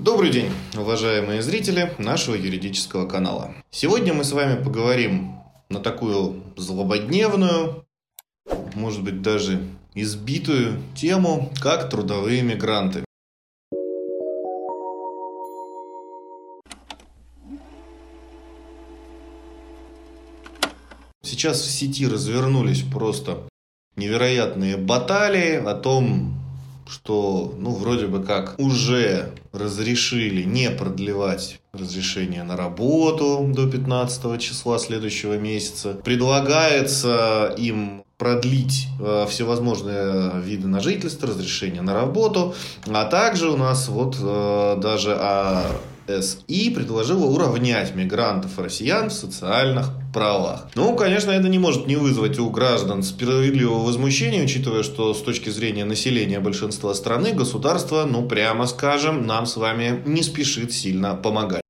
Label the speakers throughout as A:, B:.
A: Добрый день, уважаемые зрители нашего юридического канала. Сегодня мы с вами поговорим на такую злободневную, может быть даже избитую тему, как трудовые мигранты. Сейчас в сети развернулись просто невероятные баталии о том, что, вроде бы как уже разрешили не продлевать разрешение на работу до 15 числа следующего месяца. Предлагается им продлить всевозможные виды на жительство, разрешение на работу. А также у нас даже АСИ предложила уравнять мигрантов и россиян в социальных правах. Конечно, это не может не вызвать у граждан справедливого возмущения, учитывая, что с точки зрения населения большинства страны государство, прямо скажем, нам с вами не спешит сильно помогать.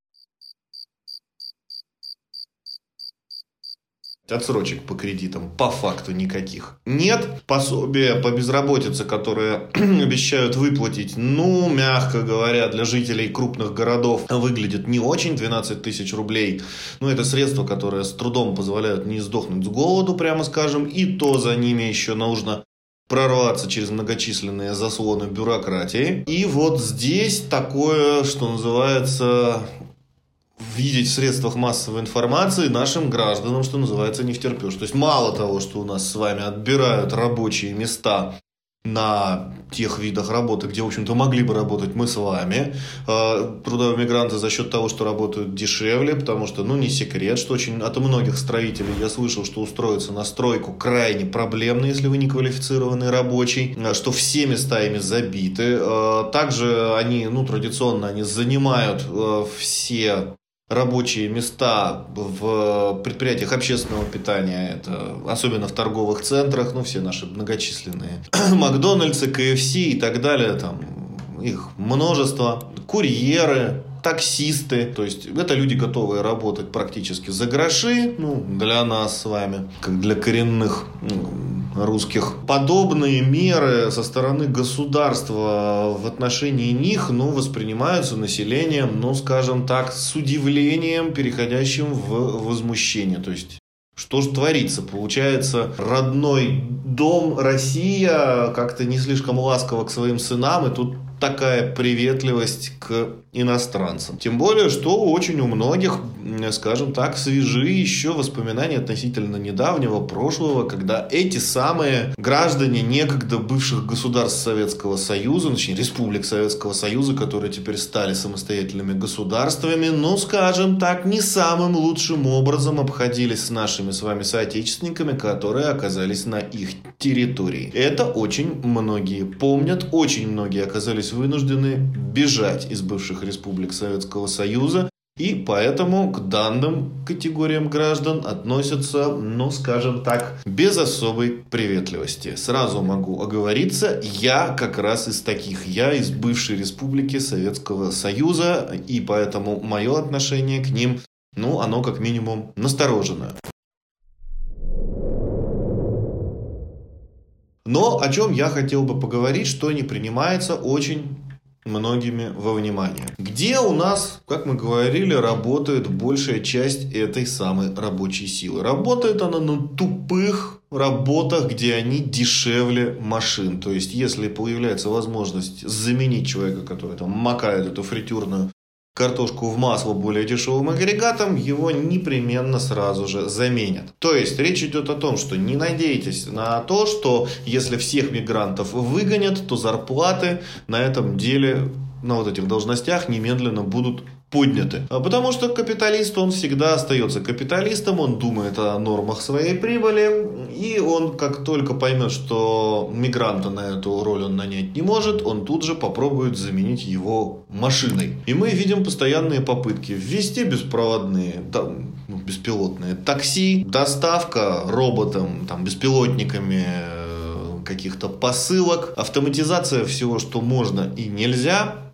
A: Отсрочек по кредитам по факту никаких нет. Пособия по безработице, которые обещают выплатить, мягко говоря, для жителей крупных городов выглядит не очень. 12 тысяч рублей. Это средства, которые с трудом позволяют не сдохнуть с голоду, прямо скажем. И то за ними еще нужно прорваться через многочисленные заслоны бюрократии. И здесь такое, что называется, видеть в средствах массовой информации нашим гражданам, что называется, не втерпешь. То есть мало того, что у нас с вами отбирают рабочие места на тех видах работы, где, в общем-то, могли бы работать мы с вами, трудовые мигранты за счет того, что работают дешевле, потому что, не секрет, что очень от многих строителей я слышал, что устроиться на стройку крайне проблемно, если вы не квалифицированный рабочий, что все места ими забиты. Также они, традиционно, они занимают все рабочие места в предприятиях общественного питания, это особенно в торговых центрах, все наши многочисленные Макдональдсы, КФС и так далее, их множество, курьеры, таксисты, то есть это люди, готовые работать практически за гроши, для нас с вами, как для коренных русских. Подобные меры со стороны государства в отношении них, воспринимаются населением, скажем так, с удивлением, переходящим в возмущение. То есть, что же творится? Получается, родной дом Россия как-то не слишком ласково к своим сынам, и тут такая приветливость к иностранцам. Тем более, что очень у многих, скажем так, свежи еще воспоминания относительно недавнего прошлого, когда эти самые граждане некогда бывших государств Советского Союза, точнее, республик Советского Союза, которые теперь стали самостоятельными государствами, скажем так, не самым лучшим образом обходились с нашими с вами соотечественниками, которые оказались на их территории. Это очень многие помнят, очень многие оказались вынуждены бежать из бывших республик Советского Союза, и поэтому к данным категориям граждан относятся, скажем так, без особой приветливости. Сразу могу оговориться, я как раз из таких, я из бывшей республики Советского Союза, и поэтому мое отношение к ним, оно как минимум настороженное. Но о чем я хотел бы поговорить, что не принимается очень многими во внимание. Где у нас, как мы говорили, работает большая часть этой самой рабочей силы? Работает она на тупых работах, где они дешевле машин. То есть, если появляется возможность заменить человека, который макает эту фритюрную картошку в масло более дешевым агрегатом, его непременно сразу же заменят. То есть речь идет о том, что не надейтесь на то, что если всех мигрантов выгонят, то зарплаты на этом деле, на этих должностях немедленно будут подняты. Потому что капиталист, он всегда остается капиталистом, он думает о нормах своей прибыли, и он, как только поймет, что мигранта на эту роль он нанять не может, он тут же попробует заменить его машиной. И мы видим постоянные попытки ввести беспроводные, беспилотные такси, доставка роботом, беспилотниками каких-то посылок, автоматизация всего, что можно и нельзя.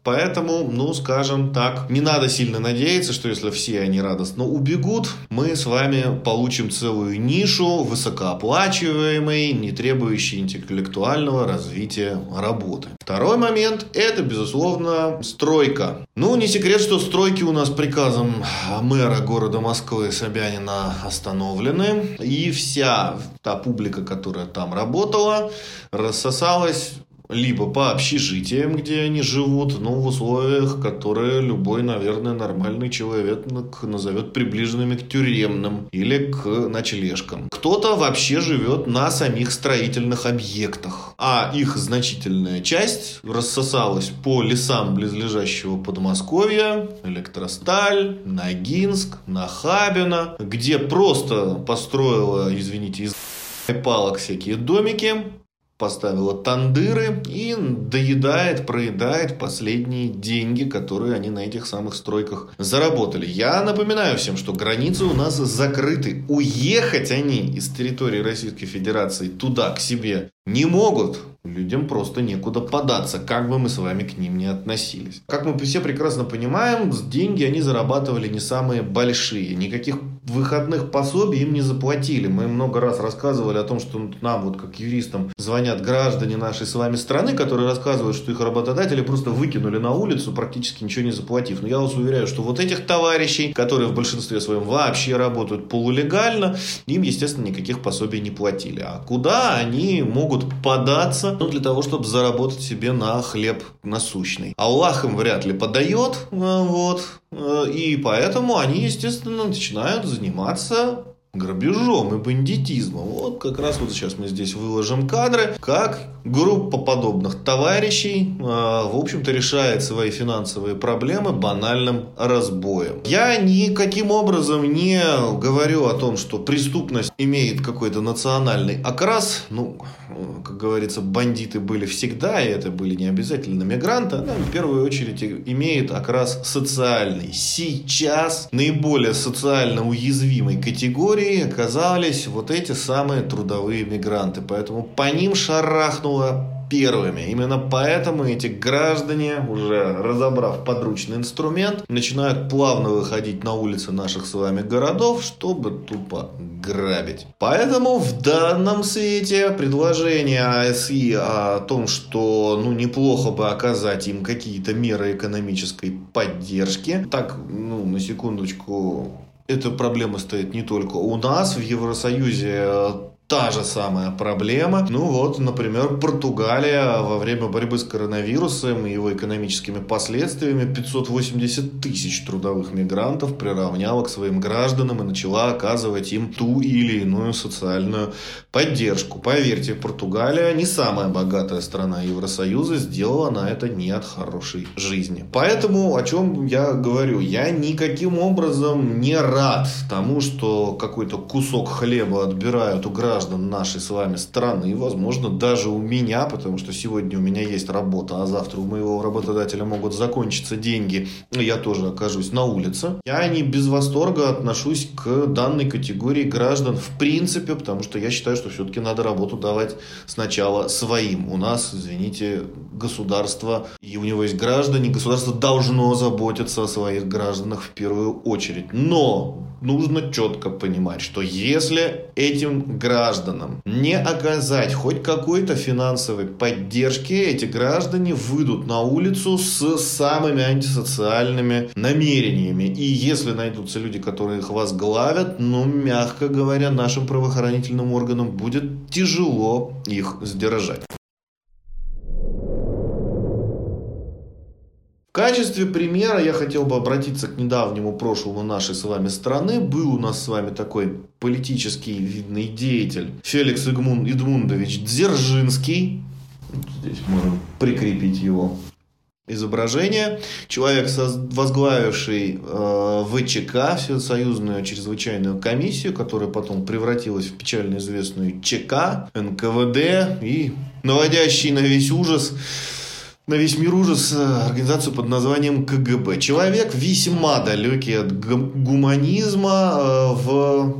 A: Поэтому, скажем так, не надо сильно надеяться, что если все они радостно убегут, мы с вами получим целую нишу высокооплачиваемой, не требующей интеллектуального развития работы. Второй момент – это, безусловно, стройка. Не секрет, что стройки у нас приказом мэра города Москвы Собянина остановлены. И вся та публика, которая там работала, рассосалась либо по общежитиям, где они живут, в условиях, которые любой, наверное, нормальный человек назовет приближенными к тюремным или к ночлежкам. Кто-то вообще живет на самих строительных объектах, а их значительная часть рассосалась по лесам близлежащего Подмосковья, Электросталь, Ногинск, Нахабино, где просто построила, извините, из палок всякие домики, поставила тандыры и проедает последние деньги, которые они на этих самых стройках заработали. Я напоминаю всем, что границы у нас закрыты. Уехать они из территории Российской Федерации туда, к себе, не могут. Людям просто некуда податься, как бы мы с вами к ним ни относились. Как мы все прекрасно понимаем, деньги они зарабатывали не самые большие. Никаких выходных пособий им не заплатили. Мы много раз рассказывали о том, что нам, как юристам, звонят граждане нашей с вами страны, которые рассказывают, что их работодатели просто выкинули на улицу, практически ничего не заплатив. Но я вас уверяю, что этих товарищей, которые в большинстве своем вообще работают полулегально, им, естественно, никаких пособий не платили. А куда они могут податься? Для того, чтобы заработать себе на хлеб насущный. Аллах им вряд ли подает, и поэтому они, естественно, начинают заниматься грабежом и бандитизмом. Как раз сейчас мы здесь выложим кадры, как группа подобных товарищей, в общем-то, решает свои финансовые проблемы банальным разбоем. Я никаким образом не говорю о том, что преступность имеет какой-то национальный окрас. Как говорится, бандиты были всегда, и это были не обязательно мигранты. Она в первую очередь имеет окрас социальный. Сейчас наиболее социально уязвимой категорией оказались эти самые трудовые мигранты. Поэтому по ним шарахнуло первыми. Именно поэтому эти граждане, уже разобрав подручный инструмент, начинают плавно выходить на улицы наших с вами городов, чтобы тупо грабить. Поэтому в данном свете предложение АСИ о том, что неплохо бы оказать им какие-то меры экономической поддержки. Так, на секундочку, эта проблема стоит не только у нас, в Евросоюзе та же самая проблема. Например, Португалия во время борьбы с коронавирусом и его экономическими последствиями 580 тысяч трудовых мигрантов приравняла к своим гражданам и начала оказывать им ту или иную социальную поддержку. Поверьте, Португалия не самая богатая страна Евросоюза, сделала на это не от хорошей жизни. Поэтому, о чем я говорю, я никаким образом не рад тому, что какой-то кусок хлеба отбирают у граждан нашей с вами страны, возможно, даже у меня, потому что сегодня у меня есть работа, а завтра у моего работодателя могут закончиться деньги, и я тоже окажусь на улице. Я не без восторга отношусь к данной категории граждан в принципе, потому что я считаю, что все-таки надо работу давать сначала своим. У нас, извините, государство, и у него есть граждане, государство должно заботиться о своих гражданах в первую очередь. Но нужно четко понимать, что если этим гражданам не оказать хоть какой-то финансовой поддержки, эти граждане выйдут на улицу с самыми антисоциальными намерениями. И если найдутся люди, которые их возглавят, мягко говоря, нашим правоохранительным органам будет тяжело их сдержать. В качестве примера я хотел бы обратиться к недавнему прошлому нашей с вами страны. Был у нас с вами такой политический видный деятель Феликс Эдмундович Дзержинский. Здесь можем прикрепить его изображение. Человек, возглавивший ВЧК, Всесоюзную чрезвычайную комиссию, которая потом превратилась в печально известную ЧК, НКВД и наводящий на весь мир ужас организацию под названием КГБ. Человек весьма далекий от гуманизма в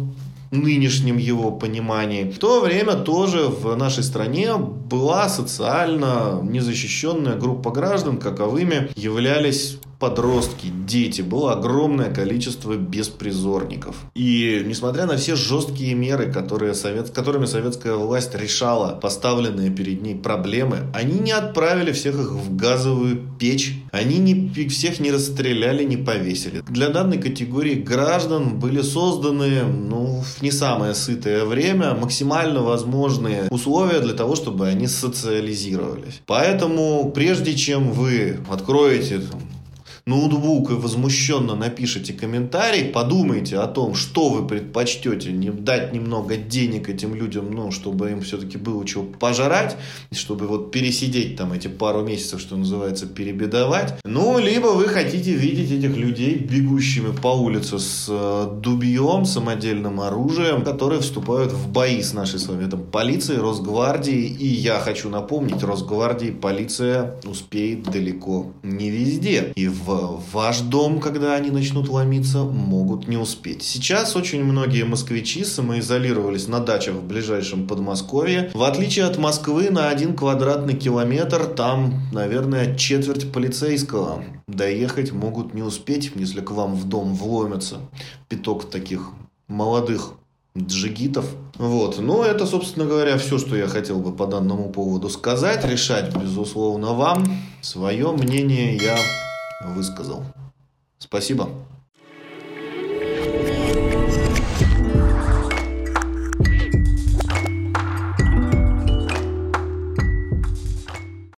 A: нынешнем его понимании. В то время тоже в нашей стране была социально незащищенная группа граждан, каковыми являлись подростки, дети. Было огромное количество беспризорников. И несмотря на все жесткие меры, которыми советская власть решала поставленные перед ней проблемы, они не отправили всех их в газовую печь, они всех не расстреляли, не повесили. Для данной категории граждан были созданы, в не самое сытое время, максимально возможные условия для того, чтобы они социализировались. Поэтому, прежде чем вы откроете ноутбук и возмущенно напишите комментарий, подумайте о том, что вы предпочтете, дать немного денег этим людям, чтобы им все-таки было чего пожрать, чтобы пересидеть там эти пару месяцев, что называется, перебедовать. Либо вы хотите видеть этих людей, бегущими по улице с дубьем, самодельным оружием, которые вступают в бои с нашей с вами полицией, Росгвардией. И я хочу напомнить, Росгвардия и полиция успеет далеко не везде. И в ваш дом, когда они начнут ломиться, могут не успеть. Сейчас очень многие москвичи самоизолировались на дачах в ближайшем Подмосковье. В отличие от Москвы, на 1 квадратный километр там, наверное, четверть полицейского. Доехать могут не успеть, если к вам в дом вломятся пяток таких молодых джигитов. Это, собственно говоря, все, что я хотел бы по данному поводу сказать. Решать, безусловно, вам. Свое мнение я высказал. Спасибо.